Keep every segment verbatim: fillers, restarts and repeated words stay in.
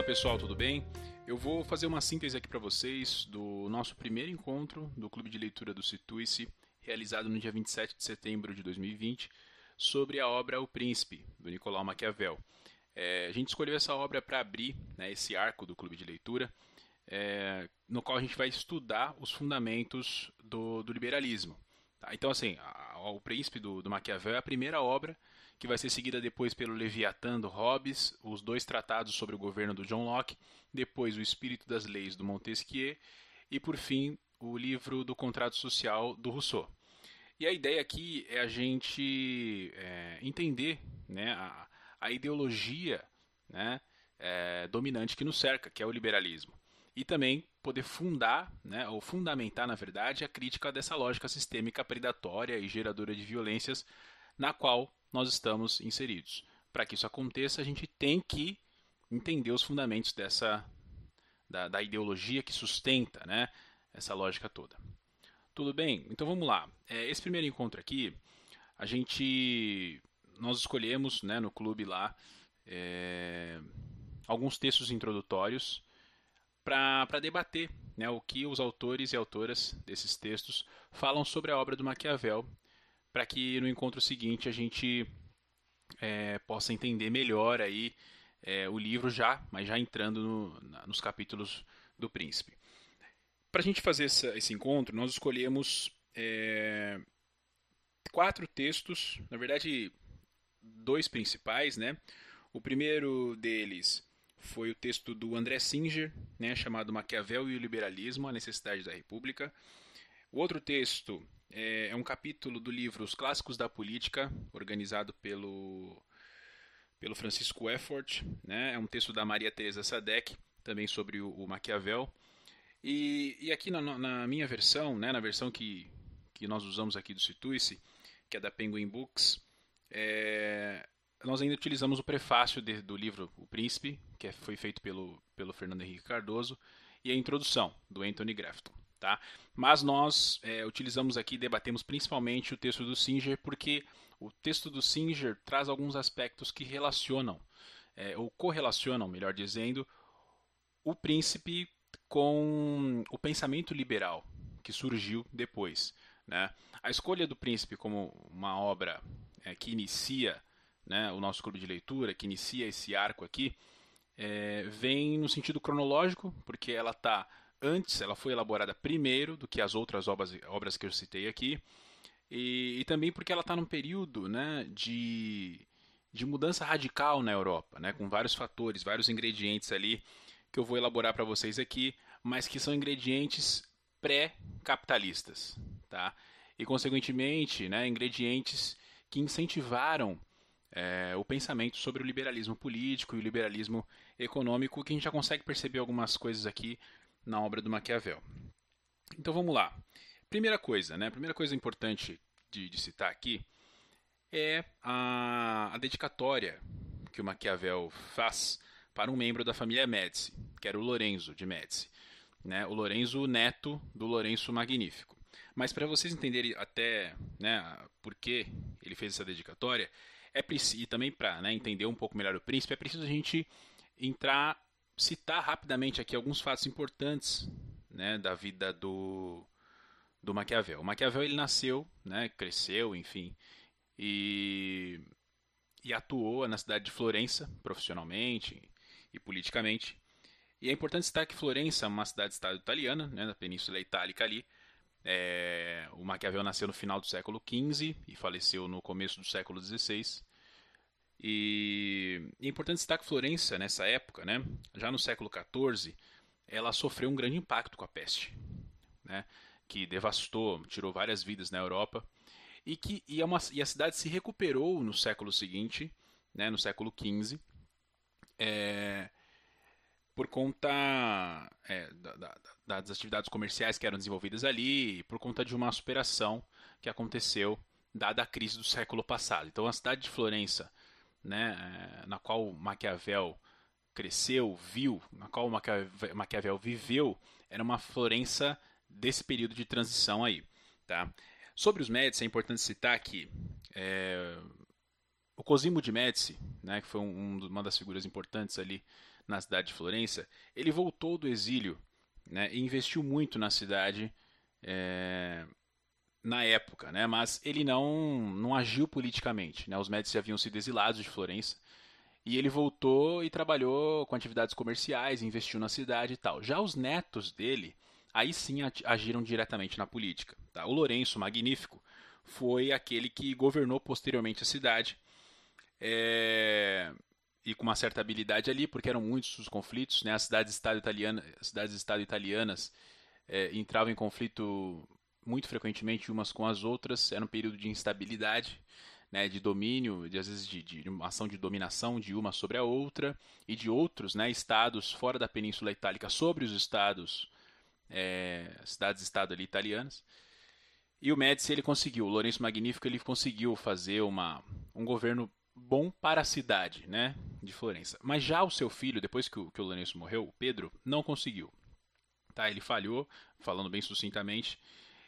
pessoal, tudo bem? Eu vou fazer uma síntese aqui para vocês do nosso primeiro encontro do Clube de Leitura do Situice, realizado no dia vinte e sete de setembro de dois mil e vinte, sobre a obra O Príncipe, do Nicolau Maquiavel. É, a gente escolheu essa obra para abrir, né, esse arco do Clube de Leitura, é, no qual a gente vai estudar os fundamentos do, do liberalismo. Tá? Então, assim, a, a, O Príncipe do, do Maquiavel é a primeira obra que vai ser seguida depois pelo Leviatã do Hobbes, os dois tratados sobre o governo do John Locke, depois o Espírito das Leis do Montesquieu e, por fim, o livro do Contrato Social do Rousseau. E a ideia aqui é a gente é, entender, né, a, a ideologia, né, é, dominante que nos cerca, que é o liberalismo. E também poder fundar, né, ou fundamentar, na verdade, a crítica dessa lógica sistêmica predatória e geradora de violências na qual nós estamos inseridos. Para que isso aconteça, a gente tem que entender os fundamentos dessa da, da ideologia que sustenta, né, essa lógica toda. Tudo bem? Então vamos lá. É, esse primeiro encontro aqui, a gente nós escolhemos, né, no clube lá é, alguns textos introdutórios para debater, né, o que os autores e autoras desses textos falam sobre a obra do Maquiavel, para que no encontro seguinte a gente é, possa entender melhor aí é, o livro já, mas já entrando no, na, nos capítulos do Príncipe. Para a gente fazer essa, esse encontro, nós escolhemos é, quatro textos, na verdade dois principais, né? O primeiro deles foi o texto do André Singer, né, chamado Maquiavel e o Liberalismo, a Necessidade da República. O outro texto é, é um capítulo do livro Os Clássicos da Política, organizado pelo, pelo Francisco Effort, né? É um texto da Maria Teresa Sadek, também sobre o, o Maquiavel. E, e aqui na, na minha versão, né, na versão que, que nós usamos aqui do Situice, que é da Penguin Books, é, nós ainda utilizamos o prefácio de, do livro O Príncipe, que é, foi feito pelo, pelo Fernando Henrique Cardoso, e a introdução do Anthony Grafton. Tá? Mas nós é, utilizamos aqui, debatemos principalmente o texto do Singer, porque o texto do Singer traz alguns aspectos que relacionam, é, ou correlacionam, melhor dizendo, o Príncipe com o pensamento liberal que surgiu depois. Né? A escolha do Príncipe como uma obra é, que inicia, né, o nosso clube de leitura, que inicia esse arco aqui, é, vem no sentido cronológico, porque ela está antes, ela foi elaborada primeiro do que as outras obras, obras que eu citei aqui, e, e também porque ela está num período, né, de, de mudança radical na Europa, né, com vários fatores, vários ingredientes ali que eu vou elaborar para vocês aqui, mas que são ingredientes pré-capitalistas, tá? E consequentemente, né, ingredientes que incentivaram é, o pensamento sobre o liberalismo político e o liberalismo econômico, que a gente já consegue perceber algumas coisas aqui na obra do Maquiavel. Então vamos lá. Primeira coisa, né? Primeira coisa importante de, de citar aqui é a, a dedicatória que o Maquiavel faz para um membro da família Médici, que era o Lorenzo de Médici, né? O Lorenzo neto do Lourenço Magnífico. Mas para vocês entenderem até, né, por que ele fez essa dedicatória, é preciso, e também para, né, entender um pouco melhor o príncipe, é preciso a gente entrar citar rapidamente aqui alguns fatos importantes, né, da vida do, do Maquiavel. O Maquiavel ele nasceu, né, cresceu, enfim, e, e atuou na cidade de Florença profissionalmente e politicamente. E é importante citar que Florença é uma cidade-estado italiana, né, na Península Itálica ali. É, o Maquiavel nasceu no final do século quinze e faleceu no começo do século dezesseis. E é importante citar que Florença, nessa época, né, já no século quatorze, ela sofreu um grande impacto com a peste, né, que devastou, tirou várias vidas na Europa, e, que, e, é uma, e a cidade se recuperou no século seguinte, né, no século quinze, é, por conta é, da, da, das atividades comerciais que eram desenvolvidas ali, e por conta de uma superação que aconteceu dada a crise do século passado. Então a cidade de Florença, né, na qual Maquiavel cresceu, viu, na qual Maquiavel viveu, era uma Florença desse período de transição aí. Tá? Sobre os Médici, é importante citar que é, o Cosimo de Médici, né, que foi um, uma das figuras importantes ali na cidade de Florença, ele voltou do exílio, né, e investiu muito na cidade é, na época, né, mas ele não, não agiu politicamente. Né, os Médici haviam sido exilados de Florença e ele voltou e trabalhou com atividades comerciais, investiu na cidade e tal. Já os netos dele, aí sim agiram diretamente na política. Tá? O Lourenço Magnífico foi aquele que governou posteriormente a cidade, é, e com uma certa habilidade ali, porque eram muitos os conflitos. Né? As cidades-estado italiana, cidades-estado italianas é, entravam em conflito muito frequentemente umas com as outras, era um período de instabilidade, né, de domínio, de, às vezes de, de uma ação de dominação de uma sobre a outra, e de outros, né, estados fora da Península Itálica sobre os estados, é, cidades-estado ali italianas. E o Médici ele conseguiu, o Lourenço Magnífico ele conseguiu fazer uma, um governo bom para a cidade, né, de Florença. Mas já o seu filho, depois que o, que o Lourenço morreu, o Pedro, não conseguiu. Tá, ele falhou, falando bem sucintamente,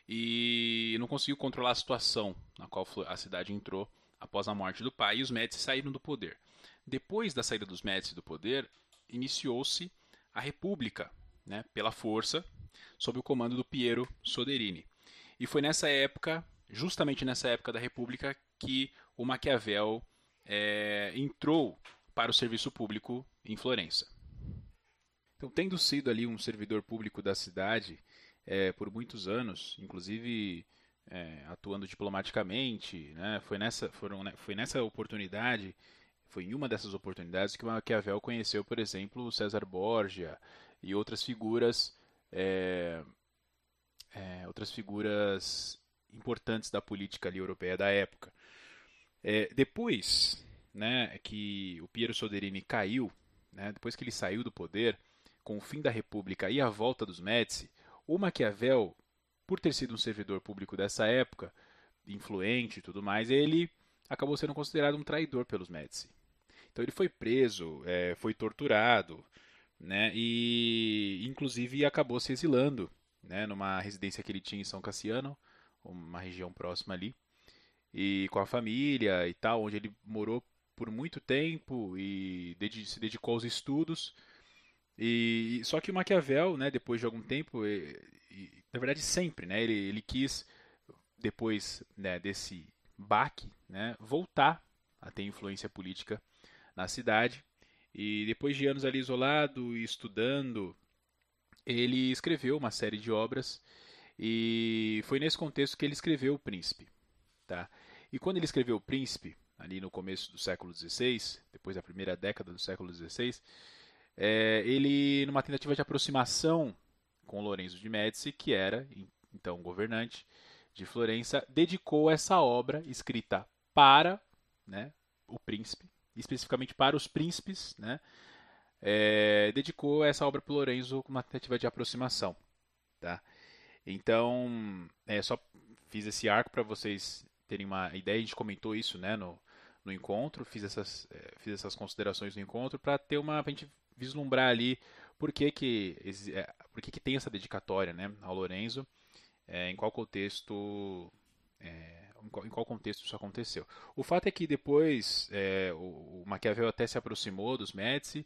e não conseguiu controlar a situação na qual a cidade entrou após a morte do pai, e os Médici saíram do poder. Depois da saída dos Médici do poder, iniciou-se a República, né, pela força, sob o comando do Piero Soderini. E foi nessa época, justamente nessa época da República, que o Maquiavel é, entrou para o serviço público em Florença. Então, tendo sido ali um servidor público da cidade é, por muitos anos, inclusive é, atuando diplomaticamente, né, foi, nessa, foram, né, foi nessa oportunidade, foi em uma dessas oportunidades que Maquiavel conheceu, por exemplo, César Borgia e outras figuras, é, é, outras figuras importantes da política ali europeia da época. É, depois, né, que o Piero Soderini caiu, né, depois que ele saiu do poder, com o fim da República e a volta dos Médici, o Maquiavel, por ter sido um servidor público dessa época, influente e tudo mais, ele acabou sendo considerado um traidor pelos Médici. Então ele foi preso, é, foi torturado, né, e inclusive acabou se exilando, né, numa residência que ele tinha em São Cassiano, uma região próxima ali, e com a família e tal, onde ele morou por muito tempo e se dedicou aos estudos. E só que o Maquiavel, né, depois de algum tempo, e, e, na verdade sempre, né, ele, ele quis depois, né, desse baque, né, voltar a ter influência política na cidade. E depois de anos ali isolado e estudando, ele escreveu uma série de obras e foi nesse contexto que ele escreveu O Príncipe. Tá? E quando ele escreveu O Príncipe, ali no começo do século dezesseis, depois da primeira década do século dezesseis, é, ele, numa tentativa de aproximação com Lorenzo de Médici, que era então governante de Florença, dedicou essa obra escrita para, né, o príncipe, especificamente para os príncipes, né, é, dedicou essa obra para o Lorenzo com uma tentativa de aproximação. Tá? Então, é, só fiz esse arco para vocês terem uma ideia, a gente comentou isso, né, no, no encontro, fiz essas, é, fiz essas considerações no encontro para ter uma, pra gente vislumbrar ali por que que, é, por que, que tem essa dedicatória, né, ao Lorenzo, é, em qual contexto é, em, qual, em qual contexto isso aconteceu. O fato é que depois é, o, o Maquiavel até se aproximou dos Médici,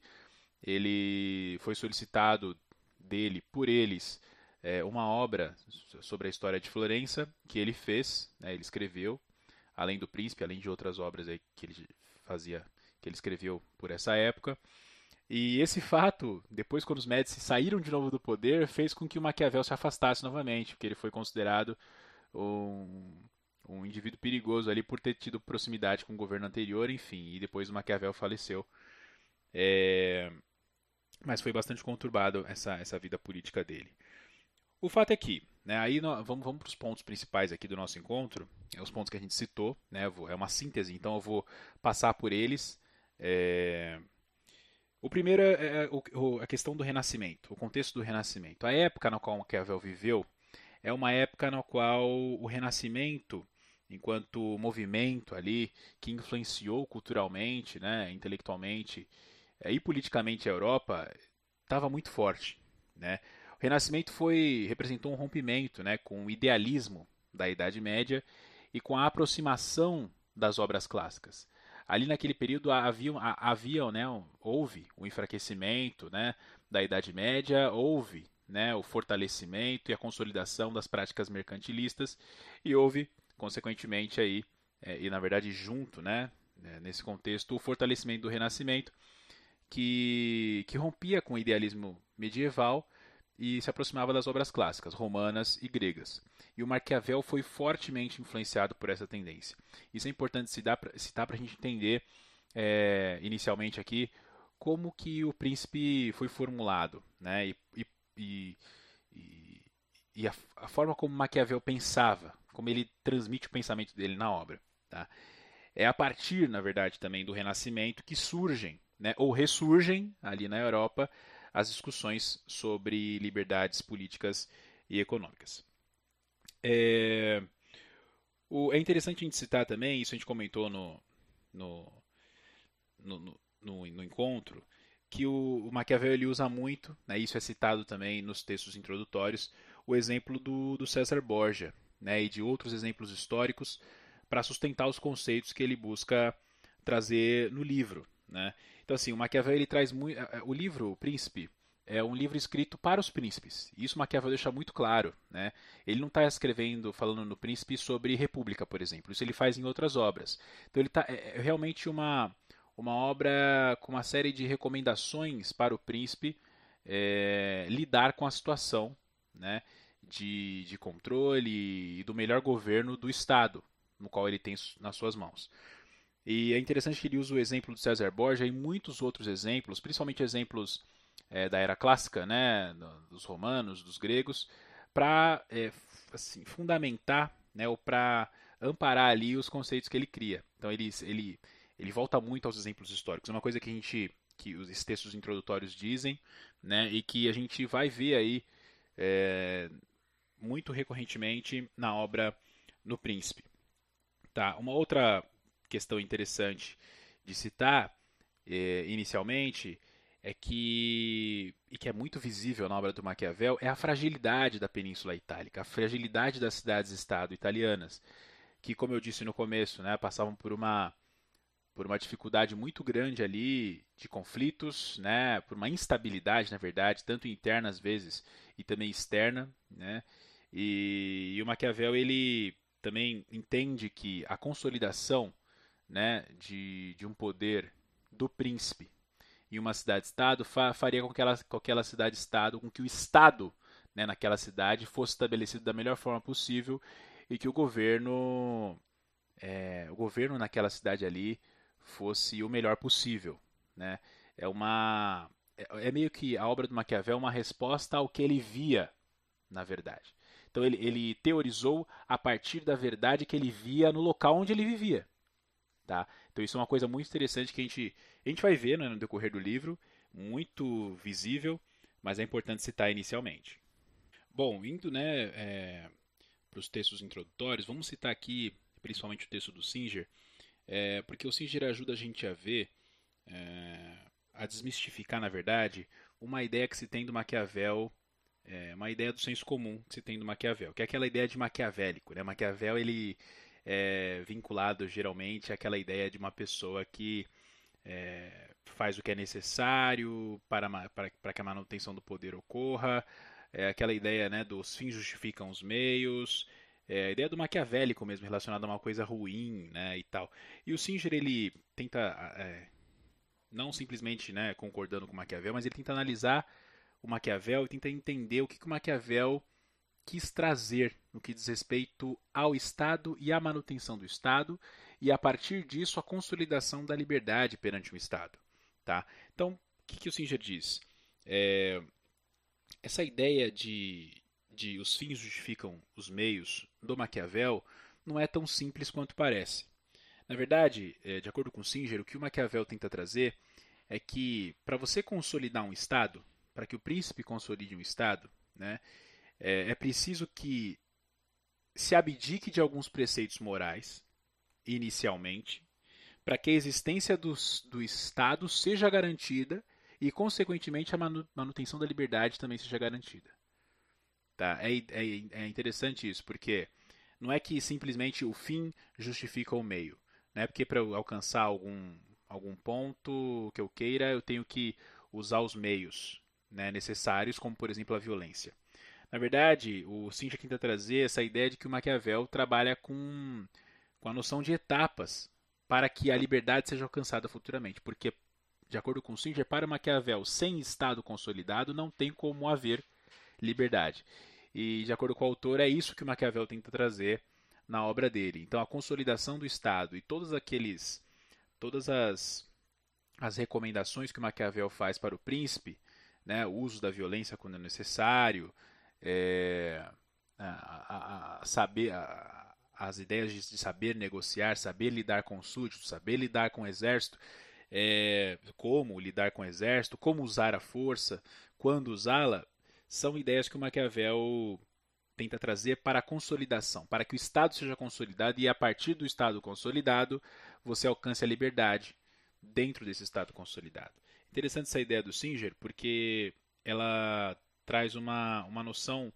ele foi solicitado dele, por eles, é, uma obra sobre a história de Florença que ele fez, né, ele escreveu, além do Príncipe, além de outras obras aí que ele fazia, que ele escreveu por essa época. E esse fato, depois quando os Médici saíram de novo do poder, fez com que o Maquiavel se afastasse novamente, porque ele foi considerado um, um indivíduo perigoso ali por ter tido proximidade com o governo anterior, enfim, e depois o Maquiavel faleceu. É... Mas foi bastante conturbado essa, essa vida política dele. O fato é que, né, aí nós, vamos, vamos para os pontos principais aqui do nosso encontro, é os pontos que a gente citou, né, vou, é uma síntese, então eu vou passar por eles. É... O primeiro é a questão do Renascimento, o contexto do Renascimento. A época na qual Maquiavel viveu é uma época na qual o Renascimento, enquanto movimento ali que influenciou culturalmente, né, intelectualmente e politicamente a Europa, estava muito forte, né? O Renascimento foi representou um rompimento, né, com o idealismo da Idade Média e com a aproximação das obras clássicas. ali naquele período havia, havia né, houve o enfraquecimento, né, da Idade Média, houve, né, o fortalecimento e a consolidação das práticas mercantilistas e houve, consequentemente, aí, é, e na verdade junto, né, nesse contexto, o fortalecimento do Renascimento, que, que rompia com o idealismo medieval e se aproximava das obras clássicas, romanas e gregas. E o Maquiavel foi fortemente influenciado por essa tendência. Isso é importante citar para a gente entender, é, inicialmente aqui, como que o Príncipe foi formulado, né? E, e, e, e a, a forma como Maquiavel pensava, como ele transmite o pensamento dele na obra. Tá? É a partir, na verdade, também do Renascimento que surgem, né, ou ressurgem ali na Europa, as discussões sobre liberdades políticas e econômicas. É, o, é interessante a gente citar também, isso a gente comentou no, no, no, no, no, no encontro, que o, o Maquiavel ele usa muito, né, isso é citado também nos textos introdutórios, o exemplo do, do César Borgia, né, e de outros exemplos históricos para sustentar os conceitos que ele busca trazer no livro. Né? Então, assim, o Maquiavel ele traz muito. O livro, O Príncipe, é um livro escrito para os príncipes. E isso o Maquiavel deixa muito claro. Né? Ele não está escrevendo, falando no Príncipe, sobre república, por exemplo. Isso ele faz em outras obras. Então, ele tá, é realmente uma, uma obra com uma série de recomendações para o príncipe é, lidar com a situação, né, de, de controle e do melhor governo do Estado, no qual ele tem nas suas mãos. E é interessante que ele usa o exemplo do César Borgia e muitos outros exemplos, principalmente exemplos é, da era clássica, né, dos romanos, dos gregos, para é, assim, fundamentar, né, ou para amparar ali os conceitos que ele cria. Então ele, ele, ele volta muito aos exemplos históricos. É uma coisa que a gente, que os textos introdutórios dizem, né, e que a gente vai ver aí é, muito recorrentemente na obra No Príncipe. Tá, uma outra questão interessante de citar eh, inicialmente é que, e que é muito visível na obra do Maquiavel, é a fragilidade da Península Itálica, a fragilidade das cidades-estado italianas, que, como eu disse no começo, né, passavam por uma, por uma dificuldade muito grande ali de conflitos, né, por uma instabilidade, na verdade, tanto interna às vezes e também externa, né, e, e o Maquiavel ele também entende que a consolidação, né, de, de um poder do príncipe em uma cidade-estado fa faria com que, ela, com aquela cidade-estado, com que o Estado, né, naquela cidade fosse estabelecido da melhor forma possível e que o governo, é, o governo naquela cidade ali fosse o melhor possível. Né? É, uma, é, é meio que a obra do Maquiavel é uma resposta ao que ele via, na verdade. Então ele, ele teorizou a partir da verdade que ele via no local onde ele vivia. Tá? Então isso é uma coisa muito interessante que a gente, a gente vai ver, né, no decorrer do livro, muito visível, mas é importante citar inicialmente. Bom, indo, né, é, para os textos introdutórios, vamos citar aqui principalmente o texto do Singer, é, porque o Singer ajuda a gente a ver, é, a desmistificar, na verdade, uma ideia que se tem do Maquiavel, é, uma ideia do senso comum que se tem do Maquiavel, que é aquela ideia de maquiavélico. Né? Maquiavel ele é vinculado geralmente àquela ideia de uma pessoa que é, faz o que é necessário para, para, para que a manutenção do poder ocorra, é aquela ideia, né, dos fins justificam os meios, é a ideia do maquiavélico mesmo, relacionada a uma coisa ruim, né, e tal. E o Singer, ele tenta, é, não simplesmente, né, concordando com o Maquiavel, mas ele tenta analisar o Maquiavel e tenta entender o que, que o Maquiavel quis trazer no que diz respeito ao Estado e à manutenção do Estado, e a partir disso a consolidação da liberdade perante o Estado. Tá? Então, o que, que o Singer diz? É, essa ideia de, de os fins justificam os meios do Maquiavel não é tão simples quanto parece. Na verdade, é, de acordo com o Singer, o que o Maquiavel tenta trazer é que para você consolidar um Estado, para que o príncipe consolide um Estado, né, é, é preciso que se abdique de alguns preceitos morais, inicialmente, para que a existência dos, do Estado seja garantida e, consequentemente, a manutenção da liberdade também seja garantida. Tá? É, é, é interessante isso, porque não é que simplesmente o fim justifica o meio. né? Porque para eu alcançar algum, algum ponto que eu queira, eu tenho que usar os meios, né, necessários, como por exemplo a violência. Na verdade, o Singer tenta trazer essa ideia de que o Maquiavel trabalha com, com a noção de etapas para que a liberdade seja alcançada futuramente. Porque, de acordo com o Singer, para Maquiavel, sem Estado consolidado, não tem como haver liberdade. E, de acordo com o autor, é isso que o Maquiavel tenta trazer na obra dele. Então, a consolidação do Estado e todos aqueles, todas as, as recomendações que o Maquiavel faz para o príncipe, né, o uso da violência quando é necessário, é, a, a, a saber, a, as ideias de, de saber negociar, saber lidar com súditos, saber lidar com o exército, é, como lidar com o exército, como usar a força, quando usá-la, são ideias que o Maquiavel tenta trazer para a consolidação, para que o Estado seja consolidado e a partir do Estado consolidado você alcance a liberdade dentro desse Estado consolidado. Interessante essa ideia do Singer porque ela traz uma, uma noção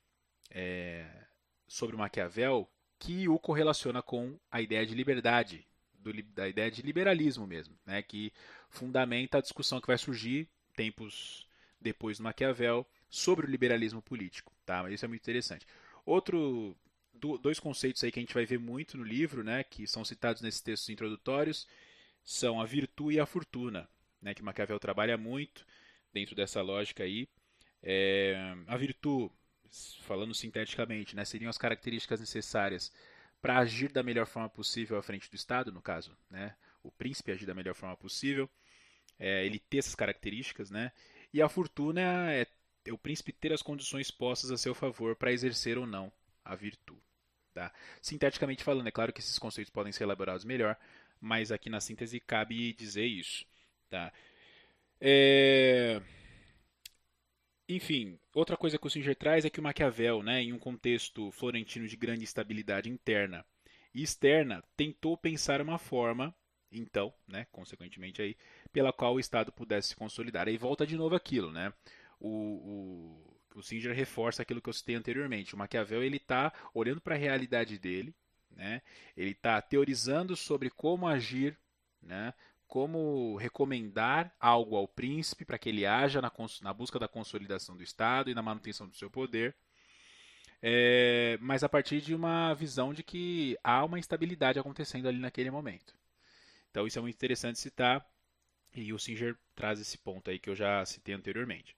é, sobre o Maquiavel que o correlaciona com a ideia de liberdade, do, da ideia de liberalismo mesmo, né, que fundamenta a discussão que vai surgir tempos depois do Maquiavel sobre o liberalismo político. Tá? Mas isso é muito interessante. Outro, do, dois conceitos aí que a gente vai ver muito no livro, né, que são citados nesses textos introdutórios, são a virtude e a fortuna, né, que Maquiavel trabalha muito dentro dessa lógica aí. É, a virtude, falando sinteticamente, né, seriam as características necessárias para agir da melhor forma possível à frente do Estado, no caso, né, o príncipe agir da melhor forma possível, é, ele ter essas características, né, e a fortuna é, é o príncipe ter as condições postas a seu favor para exercer ou não a virtude. Tá? Sinteticamente falando, é claro que esses conceitos podem ser elaborados melhor, mas aqui na síntese cabe dizer isso. Tá? É... Enfim, outra coisa que o Singer traz é que o Maquiavel, né, em um contexto florentino de grande instabilidade interna e externa, tentou pensar uma forma, então, né, consequentemente aí, pela qual o Estado pudesse se consolidar. Aí volta de novo aquilo, né? O, o, o Singer reforça aquilo que eu citei anteriormente. O Maquiavel ele está olhando para a realidade dele, né? Ele está teorizando sobre como agir, né? Como recomendar algo ao príncipe para que ele haja na, na, busca da consolidação do Estado e na manutenção do seu poder, é, mas a partir de uma visão de que há uma instabilidade acontecendo ali naquele momento. Então isso é muito interessante citar e o Singer traz esse ponto aí que eu já citei anteriormente.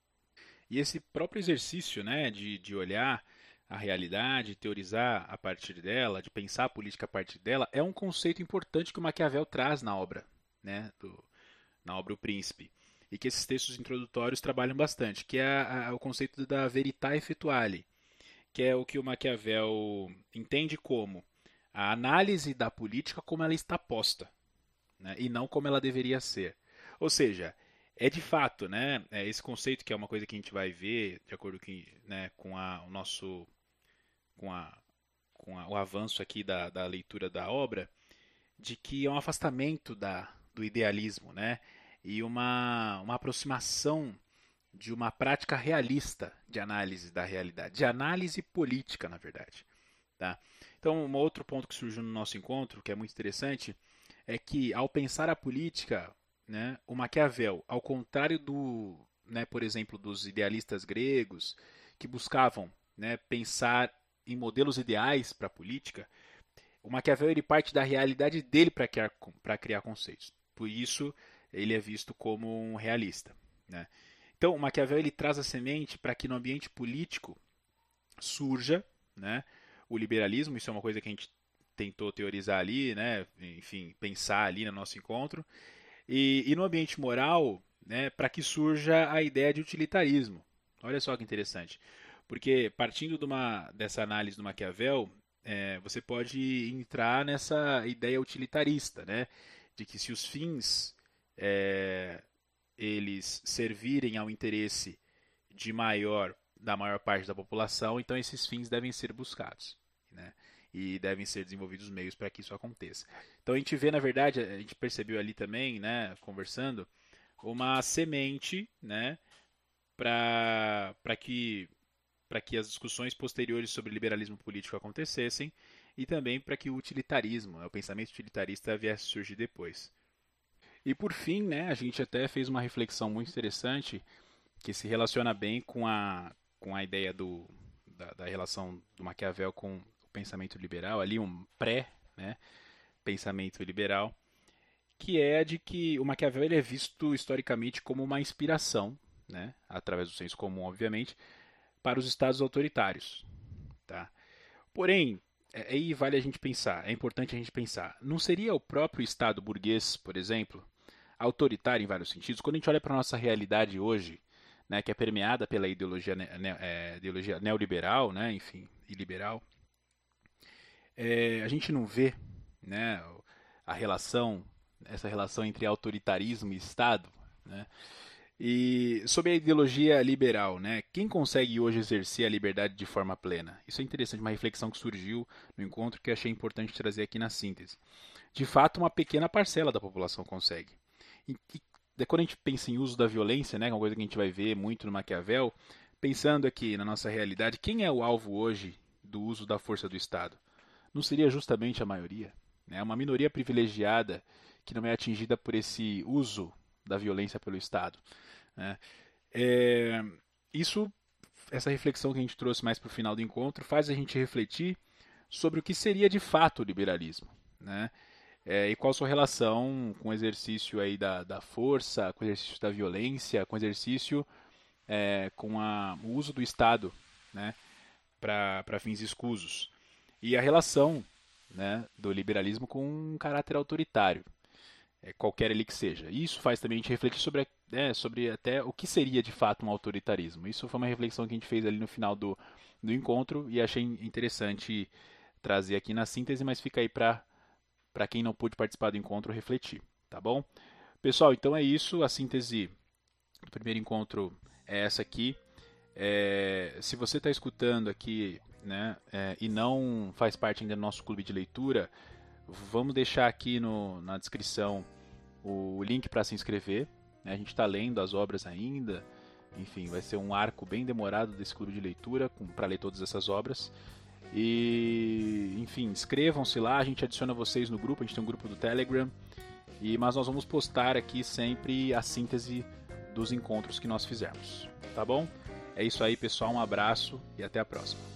E esse próprio exercício, né, de, de olhar a realidade, teorizar a partir dela, de pensar a política a partir dela, é um conceito importante que o Maquiavel traz na obra, né, do, na obra O Príncipe, e que esses textos introdutórios trabalham bastante, que é a, a, o conceito da verità effettuale, que é o que o Maquiavel entende como a análise da política como ela está posta, né, e não como ela deveria ser. Ou seja, é de fato, né, é esse conceito que é uma coisa que a gente vai ver de acordo que, né, com a, o nosso com, a, com a, o avanço aqui da, da leitura da obra, de que é um afastamento da, do idealismo, né, e uma, uma aproximação de uma prática realista de análise da realidade, de análise política, na verdade. Tá? Então, um outro ponto que surgiu no nosso encontro, que é muito interessante, é que ao pensar a política, né, o Maquiavel, ao contrário do, né, por exemplo, dos idealistas gregos que buscavam, né, pensar em modelos ideais para a política, o Maquiavel ele parte da realidade dele para criar, para criar conceitos. Por isso, ele é visto como um realista. Né? Então, o Maquiavel ele traz a semente para que no ambiente político surja, né, o liberalismo. Isso é uma coisa que a gente tentou teorizar ali, né, enfim, pensar ali no nosso encontro. E, e no ambiente moral, né, para que surja a ideia de utilitarismo. Olha só que interessante. Porque partindo de uma, dessa análise do Maquiavel, é, você pode entrar nessa ideia utilitarista, né, de que se os fins é, eles servirem ao interesse de maior da maior parte da população, então esses fins devem ser buscados, né? E devem ser desenvolvidos meios para que isso aconteça. Então a gente vê, na verdade, a gente percebeu ali também, né, conversando, uma semente, né, para que para que as discussões posteriores sobre liberalismo político acontecessem e também para que o utilitarismo, o pensamento utilitarista viesse a surgir depois. E por fim, né, a gente até fez uma reflexão muito interessante que se relaciona bem com a, com a ideia do, da, da relação do Maquiavel com o pensamento liberal, ali um pré, né, pensamento liberal, que é a de que o Maquiavel ele é visto historicamente como uma inspiração, né, através do senso comum, obviamente, para os estados autoritários. Tá? Porém, aí vale a gente pensar, é importante a gente pensar, não seria o próprio Estado burguês, por exemplo, autoritário em vários sentidos? Quando a gente olha para a nossa realidade hoje, né, que é permeada pela ideologia, ne é, ideologia neoliberal, né, enfim, e liberal, é, a gente não vê, né, a relação, essa relação entre autoritarismo e Estado, né? E sobre a ideologia liberal, né? Quem consegue hoje exercer a liberdade de forma plena? Isso é interessante, uma reflexão que surgiu no encontro que eu achei importante trazer aqui na síntese. De fato, uma pequena parcela da população consegue. E, e quando a gente pensa em uso da violência, né, que é uma coisa que a gente vai ver muito no Maquiavel, pensando aqui na nossa realidade, quem é o alvo hoje do uso da força do Estado? Não seria justamente a maioria? É uma minoria privilegiada que não é atingida por esse uso da violência pelo Estado. Né? É, isso, essa reflexão que a gente trouxe mais para o final do encontro, faz a gente refletir sobre o que seria de fato o liberalismo, né? É, e qual sua relação com o exercício aí da, da força, com o exercício da violência, com o exercício, é, com a, o uso do Estado, né, para fins escusos. E a relação, né, do liberalismo com um caráter autoritário. É, qualquer ele que seja. E isso faz também a gente refletir sobre, é, sobre até o que seria de fato um autoritarismo. Isso foi uma reflexão que a gente fez ali no final do, do encontro e achei interessante trazer aqui na síntese, mas fica aí para para quem não pôde participar do encontro refletir, tá bom? Pessoal, então é isso. A síntese do primeiro encontro é essa aqui. É, se você está escutando aqui, né, é, e não faz parte ainda do nosso clube de leitura, vamos deixar aqui no, na descrição o link para se inscrever. Né? A gente está lendo as obras ainda. Enfim, vai ser um arco bem demorado desse clube de leitura para ler todas essas obras. E, enfim, inscrevam-se lá. A gente adiciona vocês no grupo. A gente tem um grupo do Telegram. E, mas nós vamos postar aqui sempre a síntese dos encontros que nós fizemos. Tá bom? É isso aí, pessoal. Um abraço e até a próxima.